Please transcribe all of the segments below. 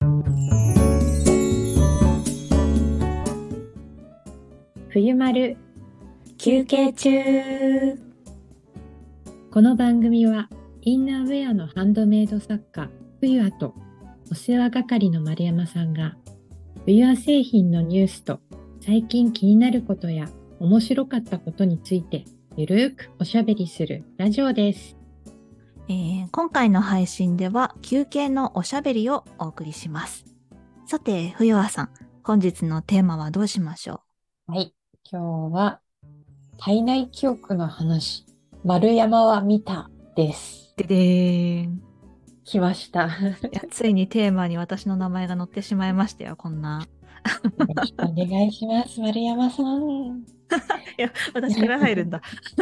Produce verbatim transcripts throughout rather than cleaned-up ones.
冬丸休憩中。この番組はインナーウェアのハンドメイド作家冬アとお世話係の丸山さんが冬ア製品のニュースと最近気になることや面白かったことについてゆるーくおしゃべりするラジオです。 えー、今回の配信では休憩のおしゃべりをお送りします。さて冬アさん、本日のテーマはどうしましょう。はい、今日は体内記憶の話、丸山は見たです。 ででーん。 来ました。 いやついにテーマに私の名前が載ってしまいましたよ、こんな。 よろしくお願いします、丸山さん。 いや、私から入るんだ。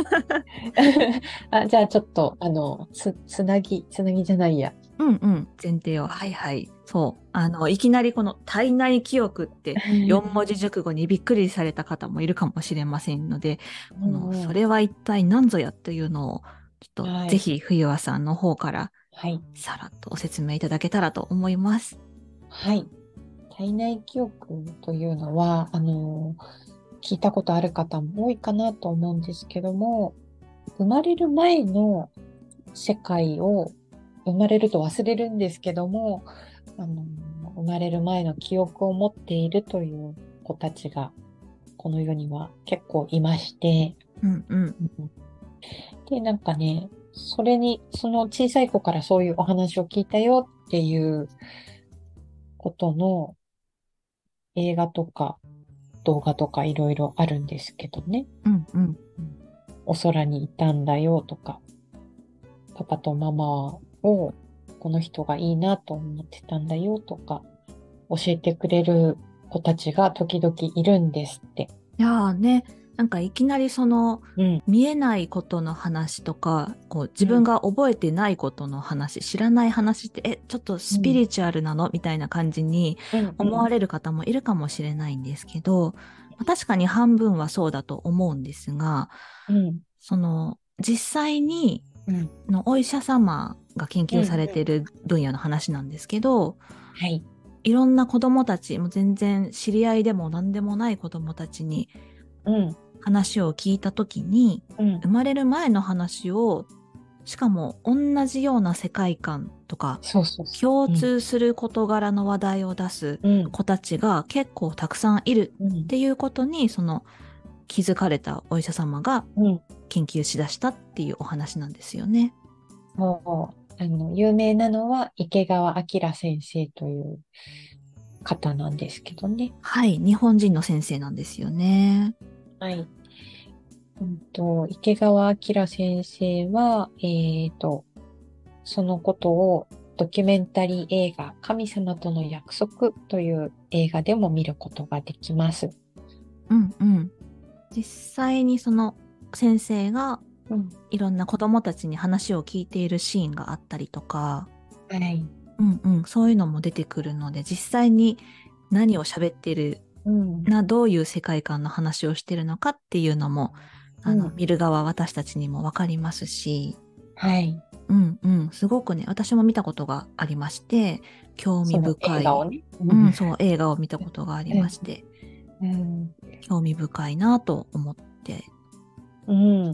あ、じゃあちょっと、あの、つ、つなぎ、つなぎじゃないや。 うんうん、前提を。はいはい。そう。あの、いきなりこの体内記憶ってよん文字熟語にびっくりされた方もいるかもしれませんので、この、それは一体何ぞやというのを、ちょっと、はい、ぜひ冬和さんの方から、はい、さらっとご説明いただけたらと思います。 はい。体内記憶というのは、あの、聞いたことある方も多いかなと思うんですけども、生まれる前の世界を生まれると忘れるんですけども、あの生まれる前の記憶を持っているという子たちがこの世には結構いまして、 うんうん、 でなんかね、それにその小さい子からそういうお話を聞いたよっていうことの映画とか動画とかいろいろあるんですけどね、 うんうん、 お空にいたんだよとか、パパとママをこの人がいいなと思ってたんだよとか教えてくれる子たちが時々いるんですって。 いやーね、なんかいきなりその、うん、見えないことの話とか、こう自分が覚えてないことの話、うん、知らない話って、え、ちょっとスピリチュアルなの、うん、みたいな感じに思われる方もいるかもしれないんですけど、うんうん、確かに半分はそうだと思うんですが、うん、その実際に、うん、のお医者様が研究されている分野の話なんですけど、うんうん、はい。いろんな子供たち、もう全然知り合いでも何でもない子供たちに話を聞いたときに、うん、生まれる前の話を、しかも同じような世界観とか、そうそうそう、共通する事柄の話題を出す子たちが結構たくさんいるっていうことに、その気づかれたお医者様が研究しだしたっていうお話なんですよね。 うん、そうあの有名なのは池川明先生という方なんですけどね。 はい、日本人の先生なんですよね。 はい。うんと、池川明先生は、えっと、そのことをドキュメンタリー映画、神様との約束という映画でも見ることができます。 うんうん。実際にその先生がいろんな子供たちに話を聞いているシーンがあったりとか、 はい。 うんうん、そういうのも出てくるので、実際に何を喋っている、うん、な、どういう世界観の話をしているのかっていうのも、あの、うん、見る側私たちにもわかりますし、 はい。 うんうん、すごくね、私も見たことがありまして、興味深い。 映画をね。 うん、そう、映画を見たことがありまして、 うん、 興味深いなと思って。 うん、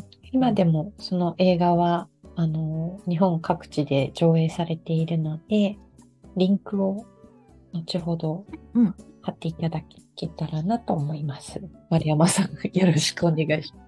今でもその映画は、あの、日本各地で上映されているので、リンクを後ほど貼っていただけたらなと思います。うん、丸山さん、よろしくお願いします。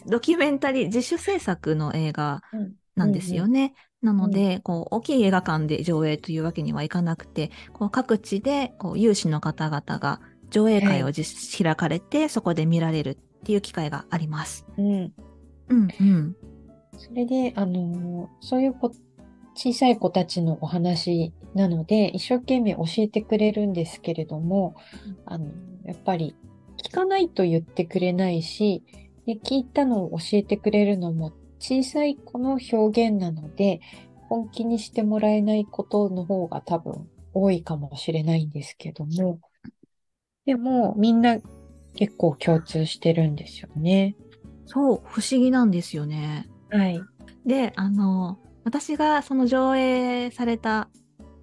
ドキュメンタリー、自主制作の映画なんですよね。うんうんうん、なので、こう、大きい映画館で上映というわけにはいかなくて、こう各地でこう有志の方々が上映会を実、はい、開かれて、そこで見られるっていう機会があります。 うん、うんうん。それで、あの、そういうこ小さい子たちのお話なので、一生懸命教えてくれるんですけれども、あの、やっぱり聞かないと言ってくれないし、で聞いたのを教えてくれるのも小さい子の表現なので、本気にしてもらえないことの方が多分多いかもしれないんですけども、でもみんな結構共通してるんですよね。 そう、不思議なんですよね。 はい。 で、あの、私がその上映された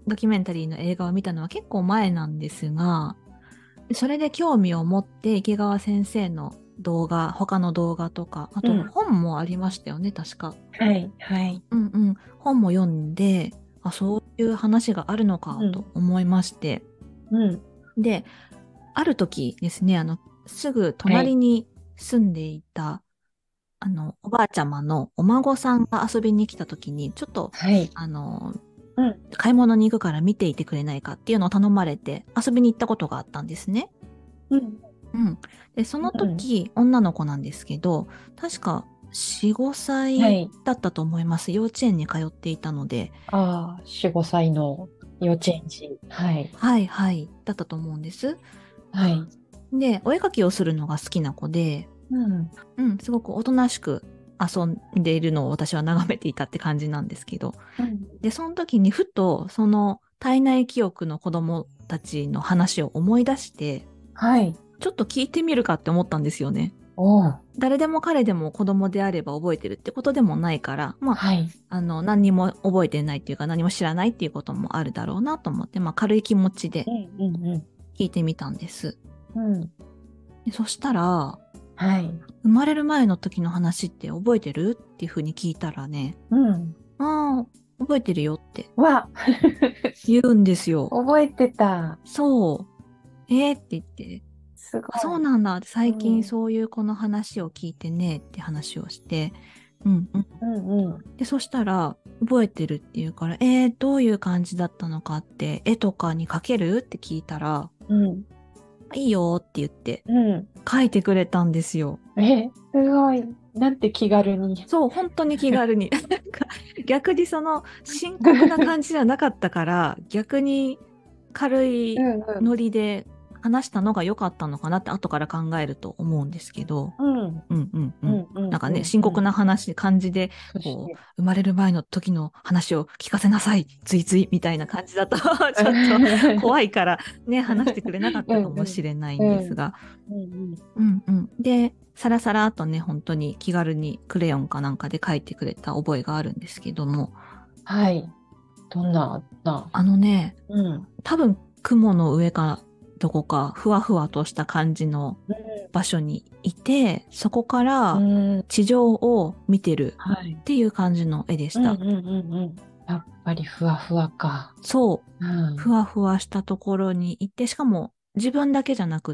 ドキュメンタリーの映画を見たのは結構前なんですが、それで興味を持って池川先生の動画、他の動画とか、あとうん本もありましたよね、確か。 はいはいうんうん。本も読んで、あ、そういう話があるのかと思いまして。 うんで、ある時ですね、あの、すぐはい隣に住んでいた、あの、おばあちゃまのお孫さんが遊びに来た時に、ちょっと、 はいあの、 うん買い物に行くから見ていてくれないかっていうのを頼まれて遊びに行ったことがあったんですね。 うんうん。で、そのうん時、女の子なんですけど、確かよん、ごさいはいだったと思います。幼稚園に通っていたので。 ああ、よん、ごさいの幼稚園児。はい。 はいはい。だったと思うんです。 はい。 で、お絵描きをするのが好きな子で、 うん。 うん、すごくおとなしく遊んでいるのを私は眺めていたって感じなんですけど、 うんで、その時にふと、その体内記憶の子供たちの話を思い出して、 はい。 ちょっと聞いてみるかって思ったんですよね。 おう。 誰でも彼でも子供であれば覚えてるってことでもないから、まあ、 はい。 あの、何にも覚えてないっていうか何も知らないっていうこともあるだろうなと思って、まあ、軽い気持ちでうんうんう聞いてみたんです。 ん。うん。 でそしたら、 はい。 生まれる前の時の話って覚えてるっていうふうに聞いたらね、 うん。 ああ、覚えてるよってわ、 言うんですよ。 覚えてた。 そう。えーって言って、 すごあ、そうい。 なんだって最近うん。 そういう子の話を聞いてねって話をして、うんうん。 うんうん。 で、そしたら、覚えてるって言うから、えー、どういう感じだったのかって、絵とかに描けるって聞いたら、 うん。 いいよって言って、 うん。 描いてくれたんですよ。 え、すごい。なんて気軽に。 そう、本当に気軽に。なんか逆にその、深刻な感じじゃなかったから、逆に軽いうんうん。 ノリで話したのが良かったのかなって後から考えると思うんですけど、 うん。 うんうんううんん。 うんなんかね、 うん深刻な話、感じで、こう、 そして。 生まれる前の時の話を聞かせなさい、ついついみたいな感じだと、ちょっと怖いからね、話してくれなかったかもしれないんですが、 うんうんうんうん。で、さらさらっとね、本当に気軽にクレヨンかなんかで描いてくれた覚えがあるんですけども、 はい。どんな、な、 あのね、 うん。 多分雲の上かどこかふわふわとした感じの場所にいて、そこからうん。 地上を見てるはい。 っていう感じの絵でした。 うんうんうんうん。やっぱりふわふわか。 そう。 うん。 ふわふわしたところに行って、しかも自分だけじゃなくって、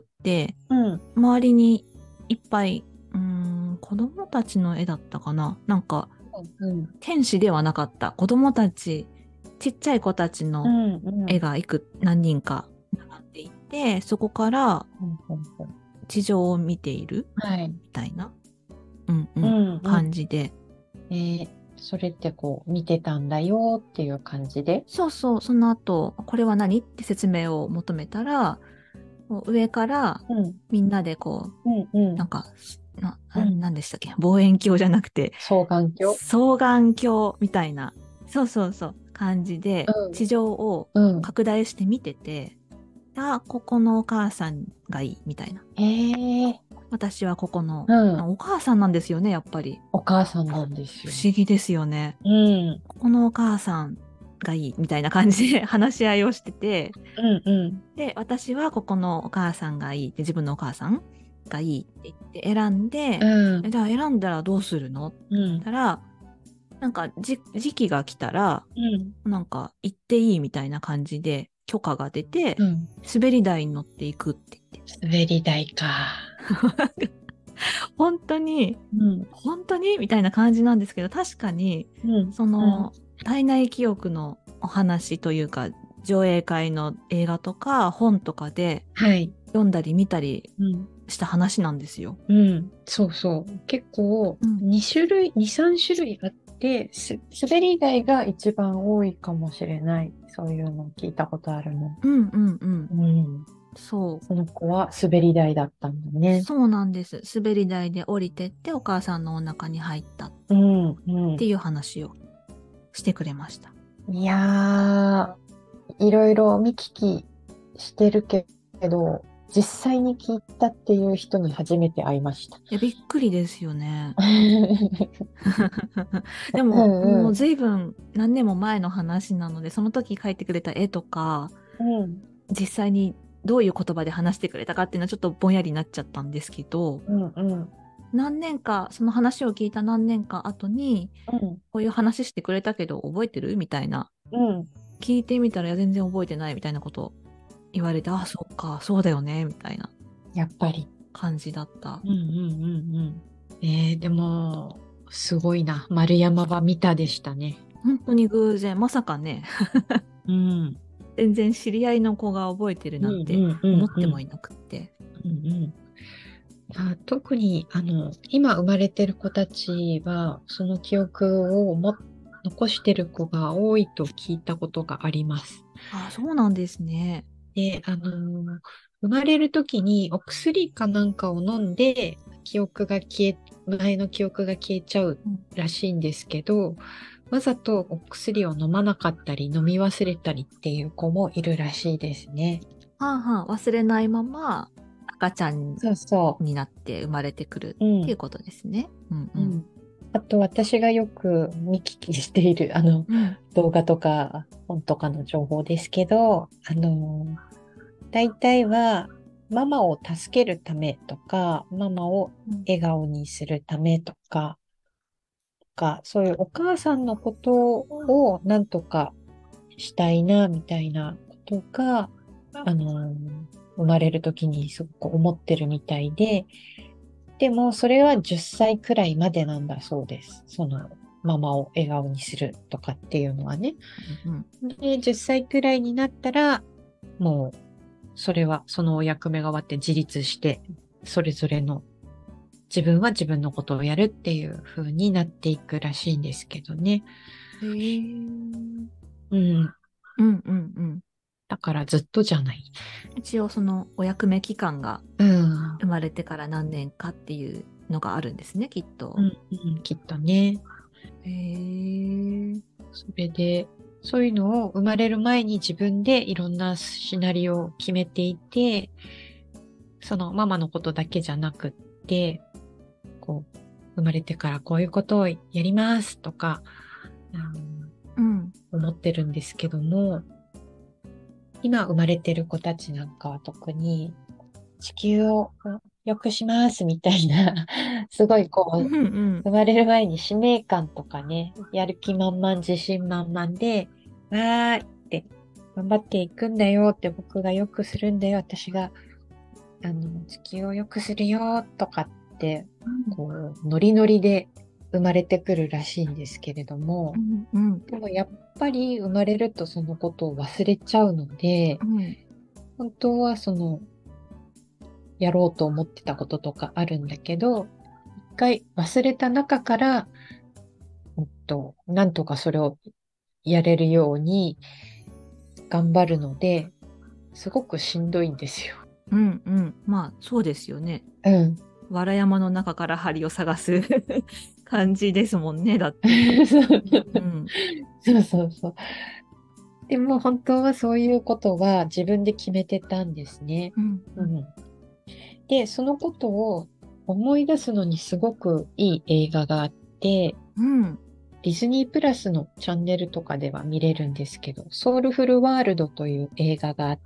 うん。 周りにいっぱい、うーん、子供たちの絵だったかな。なんか、 うん。 天使ではなかった。子供たち、ちっちゃい子たちうのんうん。 絵がいく、何人か並んでいて、そこからうんうんうん地上を見ているはい。 みたいな、うんう、 うんんうん。 感じで。 えーそれってこう見てたんだよっていう感じで。 そうそう、その後、これは何って説明を求めたら、こう上からうんみんなでこうんうう、なんん。 か、な、なうん。 なんでしたっけ、望遠鏡じゃなくて、 双眼鏡。 双眼鏡みたいな、そうそうそう、感じで、 うん地上をうん。 拡大して見てて、あ、ここのお母さんがいい、みたいな。 へえ。 私はここの、 うん。 お母さんなんですよね、やっぱり。 お母さんなんです不よ。 思議ですよね。 うんここのお母さんがいい、みたいな感じで話し合いをしてて、 うんうんで、私はここのお母さんがいいって、自分のお母さんがいいって言って選んで、 うんえじゃあ選んだらどうするのってうん言ったら、なんかじ時期が来たら、 うんなんか行っていいみたいな感じで許可が出て、 うん滑り台に乗っていくって言って。 滑り台か。 本当に、 うん本当にみたいな感じなんですけど、確かに、 うんその、体内記憶のお話というか、上映会の映画とか本とかではい。 読んだり見たりうんした話なんですよ。 うんそうそう。結構うんに種類、に、さん種類あって、す滑り台が一番多いかもしれない。そういうの聞いたことあるの。 うんうんうん。 うん。 そその子は滑り台だったんだう。 ね。 そうなんです。滑り台で降りてってお母さんのお腹に入ったっうんうんていう話をしてくれました。 いやー、いろいろ見聞きしてるけど、 実際に聞いたっていう人に初めて会いました。 いや、びっくりですよね。でうも、もうんうん。 随分何年も前の話なので、その時描いてくれた絵とか、 うん。 実際にどういう言葉で話してくれたかっていうのはちょっとぼんやりになっちゃったんですけど、 うんうん。 何年か、その話を聞いた何年か後に、 うん。 こういう話してくれたけど覚えてるみたいな。 うん。 聞いてみたらいや全然覚えてないみたいなこと言われて、あ、そっか、そうだよね、みたいなやっぱり。 感じだった。 うんうんうんうん。えー、でも、すごいな。丸山は見たでしたね。 本当に偶然、まさかね、 うん。 全然知り合いの子が覚えてるうんなんてうんうんうん。 思ってもいなくって。 うんうん。あ、特に、あの、今生まれてる子たちは、その記憶をも残してる子が多いと聞いたことがあります。 あ、そうなんですね。 で、あの、生まれる時にお薬かなんかを飲んで、記憶が消え、前の記憶が消えちゃううん、 らしいんですけど、わざとお薬を飲まなかったり、飲み忘れたりっていう子もいるらしいですね。 はあはあ、忘れないまま赤ちゃんそうそになって生まれてくるう。うん。 っていうことですね。うんうん。 うん。あと私がよく見聞きしているあのうん。 動画とか本とかの情報ですけど、あの、大体はママを助けるためとか、ママをうん。 笑顔にするためとか、かそういうお母さんのことをなんとかしたいなみたいなことが、あの、生まれる時にすごく思ってるみたいで、でも、それはじゅっさいくらいまでなんだそうです。その、ママを笑顔にするとかっていうのはね。 うん。 で、じゅっさいくらいになったら、もう、それは、そのお役目が終わって自立して、それぞれの、自分は自分のことをやるっていう風になっていくらしいんですけどね。 へえ。 うん。 うんうんうん。 だからずっとじゃない。 一応そのお役目期間がうん。 生まれてから何年かっていうのがあるんですね、きっと。 うん、うん、きっとね。 へえ。 それで、そういうのを生まれる前に自分でいろんなシナリオを決めていて、そのママのことだけじゃなくって、こう、生まれてからこういうことをやりますとか、 うん。 うん、思ってるんですけども、今生まれてる子たちなんかは特に地球を良くしますみたいな、すごいこうんう、 うん。 生まれる前に使命感とかね、やる気満々、自信満々で、わーって頑張っていくんだよって、僕が良くするんだよ、私があの地球を良くするよとかって、こう、ノリノリで生まれてくるらしいんですけれども、 うんうん。 でもやっぱり生まれるとそのことを忘れちゃうので、 うん。 本当はその、やろうと思ってたこととかあるんだけど、一回忘れた中から、えっと、なんとかそれをやれるように頑張るので、すごくしんどいんですよ。 うんうん。まあ、そうですよね。 うん。 藁山の中から針を探す感じですもんね、だって。うん。 そうそうそう。でも本当はそういうことは自分で決めてたんですね。 うん。 うん。で、そのことを思い出すのにすごくいい映画があって、 うん。 ディズニープラスのチャンネルとかでは見れるんですけど、ソウルフルワールドという映画があって、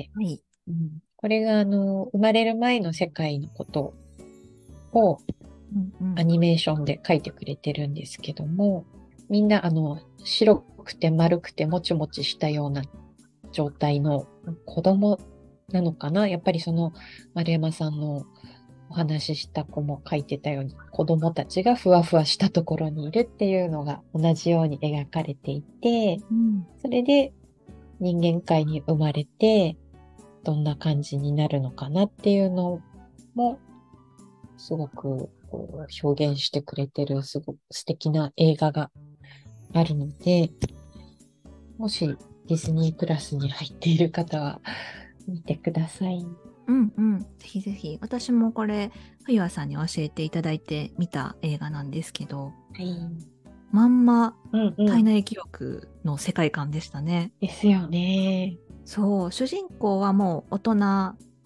はい。 うん、これがあの、生まれる前の世界のことをうんうん。 アニメーションで描いてくれてるんですけども、みんなあの、白くて丸くてもちもちしたような状態の子供なのかな。やっぱりその丸山さんのお話しした子も書いてたように、子供たちがふわふわしたところにいるっていうのが同じように描かれていて、 うん。 それで人間界に生まれて、どんな感じになるのかなっていうのも、すごくこう表現してくれてる、すごく素敵な映画があるので、もしディズニープラスに入っている方は見てください。 うんうん。ぜひぜひ。私もこれ、冬和さんに教えていただいて見た映画なんですけど、 はい。 まんまうんうん。 体内記憶の世界観でしたね。 ですよね。 そう、主人公はもう大人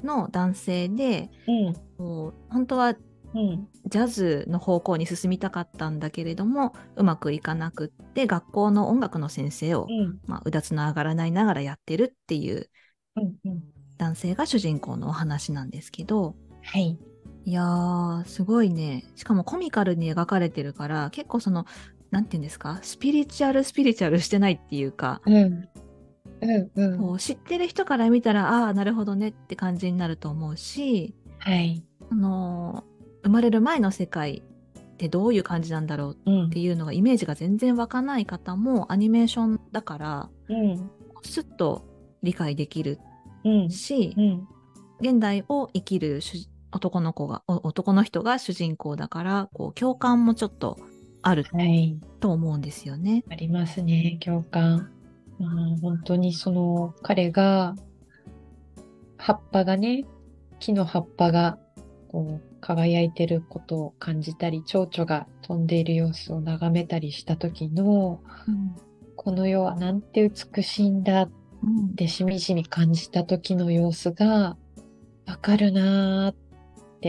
の男性で、 うん、 こう本当はうん、 ジャズの方向に進みたかったんだけれどもうまくいかなくって学校の音楽の先生を、 うん、 まあ、うだつの上がらないながらやってるっていううん、うん。 男性が主人公のお話なんですけど、 はい。 いやーすごいね。しかもコミカルに描かれてるから結構そのなんていうんですか、スピリチュアルスピリチュアルしてないっていうか、 うん、うん、うん。 こう知ってる人から見たらああなるほどねって感じになると思うし、 はい。 あのー生まれる前の世界ってどういう感じなんだろううん、 っていうのがイメージが全然湧かない方もアニメーションだからうん、 スッと理解できるうん、 し、 うん。 現代を生きる主男の子がお男の人が主人公だからこう共感もちょっとあるはい。 と思うんですよね。 ありますね、共感。うん、本当にその彼が葉っぱがね、木の葉っぱがこう輝いてることを感じたり、蝶々が飛んでいる様子を眺めたりした時の、 うん、 この世はなんて美しいんだっうん、 てしみじみ感じた時の様子がわかるなーって、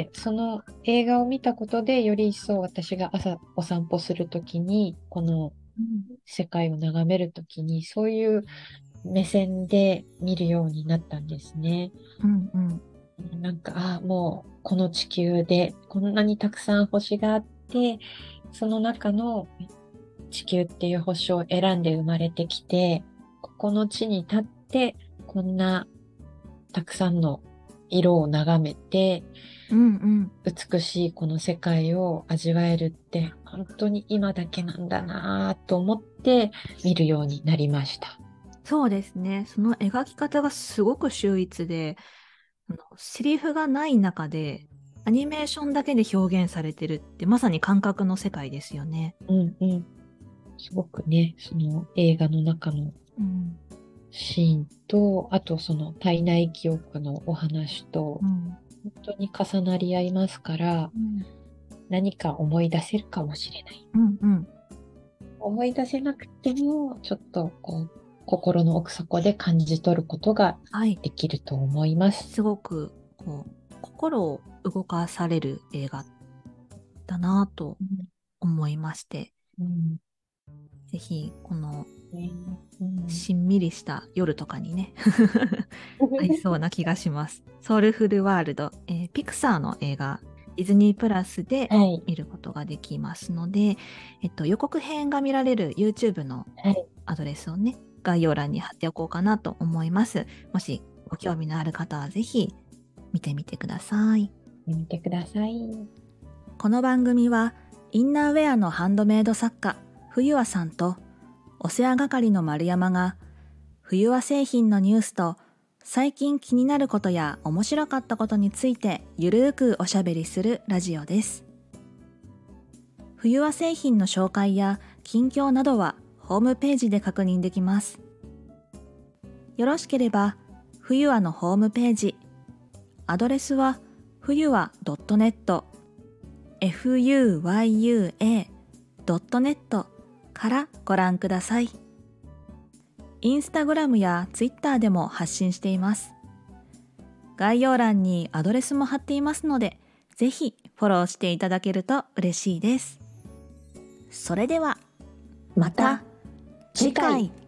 その映画を見たことでより一層私が朝お散歩するときに、このうん、 世界を眺めるときに、そういう目線で見るようになったんですね。 うん、うん、 なんか、ああ、もう、この地球で、こんなにたくさん星があって、その中の地球っていう星を選んで生まれてきて、ここの地に立って、こんなたくさんの色を眺めて、 うん、うん。 美しいこの世界を味わえるって、本当に今だけなんだなぁと思って見るようになりました。 そうですね。その描き方がすごく秀逸で、あのセリフがない中でアニメーションだけで表現されてるってまさに感覚の世界ですよね。 うんうん。すごくね、その映画の中のうん、 シーンと、あとその体内記憶のお話と、 うん、 本当に重なり合いますから、 うん、 何か思い出せるかもしれない。 うん、うん。 思い出せなくても、ちょっとこう、心の奥底で感じ取ることがはい。 できると思います。 すごくこう心を動かされる映画だなぁとうん思いまして、 うんぜひこのねうんしんみりした夜とかにね合いそうな気がします。ソウルフルワールド、えーピクサーの映画、ディズニープラスではい。 見ることができますので、えっと、予告編が見られる YouTube のはい。 アドレスをね、概要欄に貼っておこうかなと思います。もしご興味のある方はぜひ見てみてください。 見てください。 この番組はインナーウェアのハンドメイド作家冬和さんとお世話係の丸山が冬和製品のニュースと最近気になることや面白かったことについてゆるーくおしゃべりするラジオです。冬和製品の紹介や近況などはホームページで確認できます。よろしければ冬和のホームページ、アドレスは冬和 .netフユーワイユーエードットネット からご覧ください。インスタグラムやツイッターでも発信しています。概要欄にアドレスも貼っていますので、ぜひフォローしていただけると嬉しいです。それでは、また次回。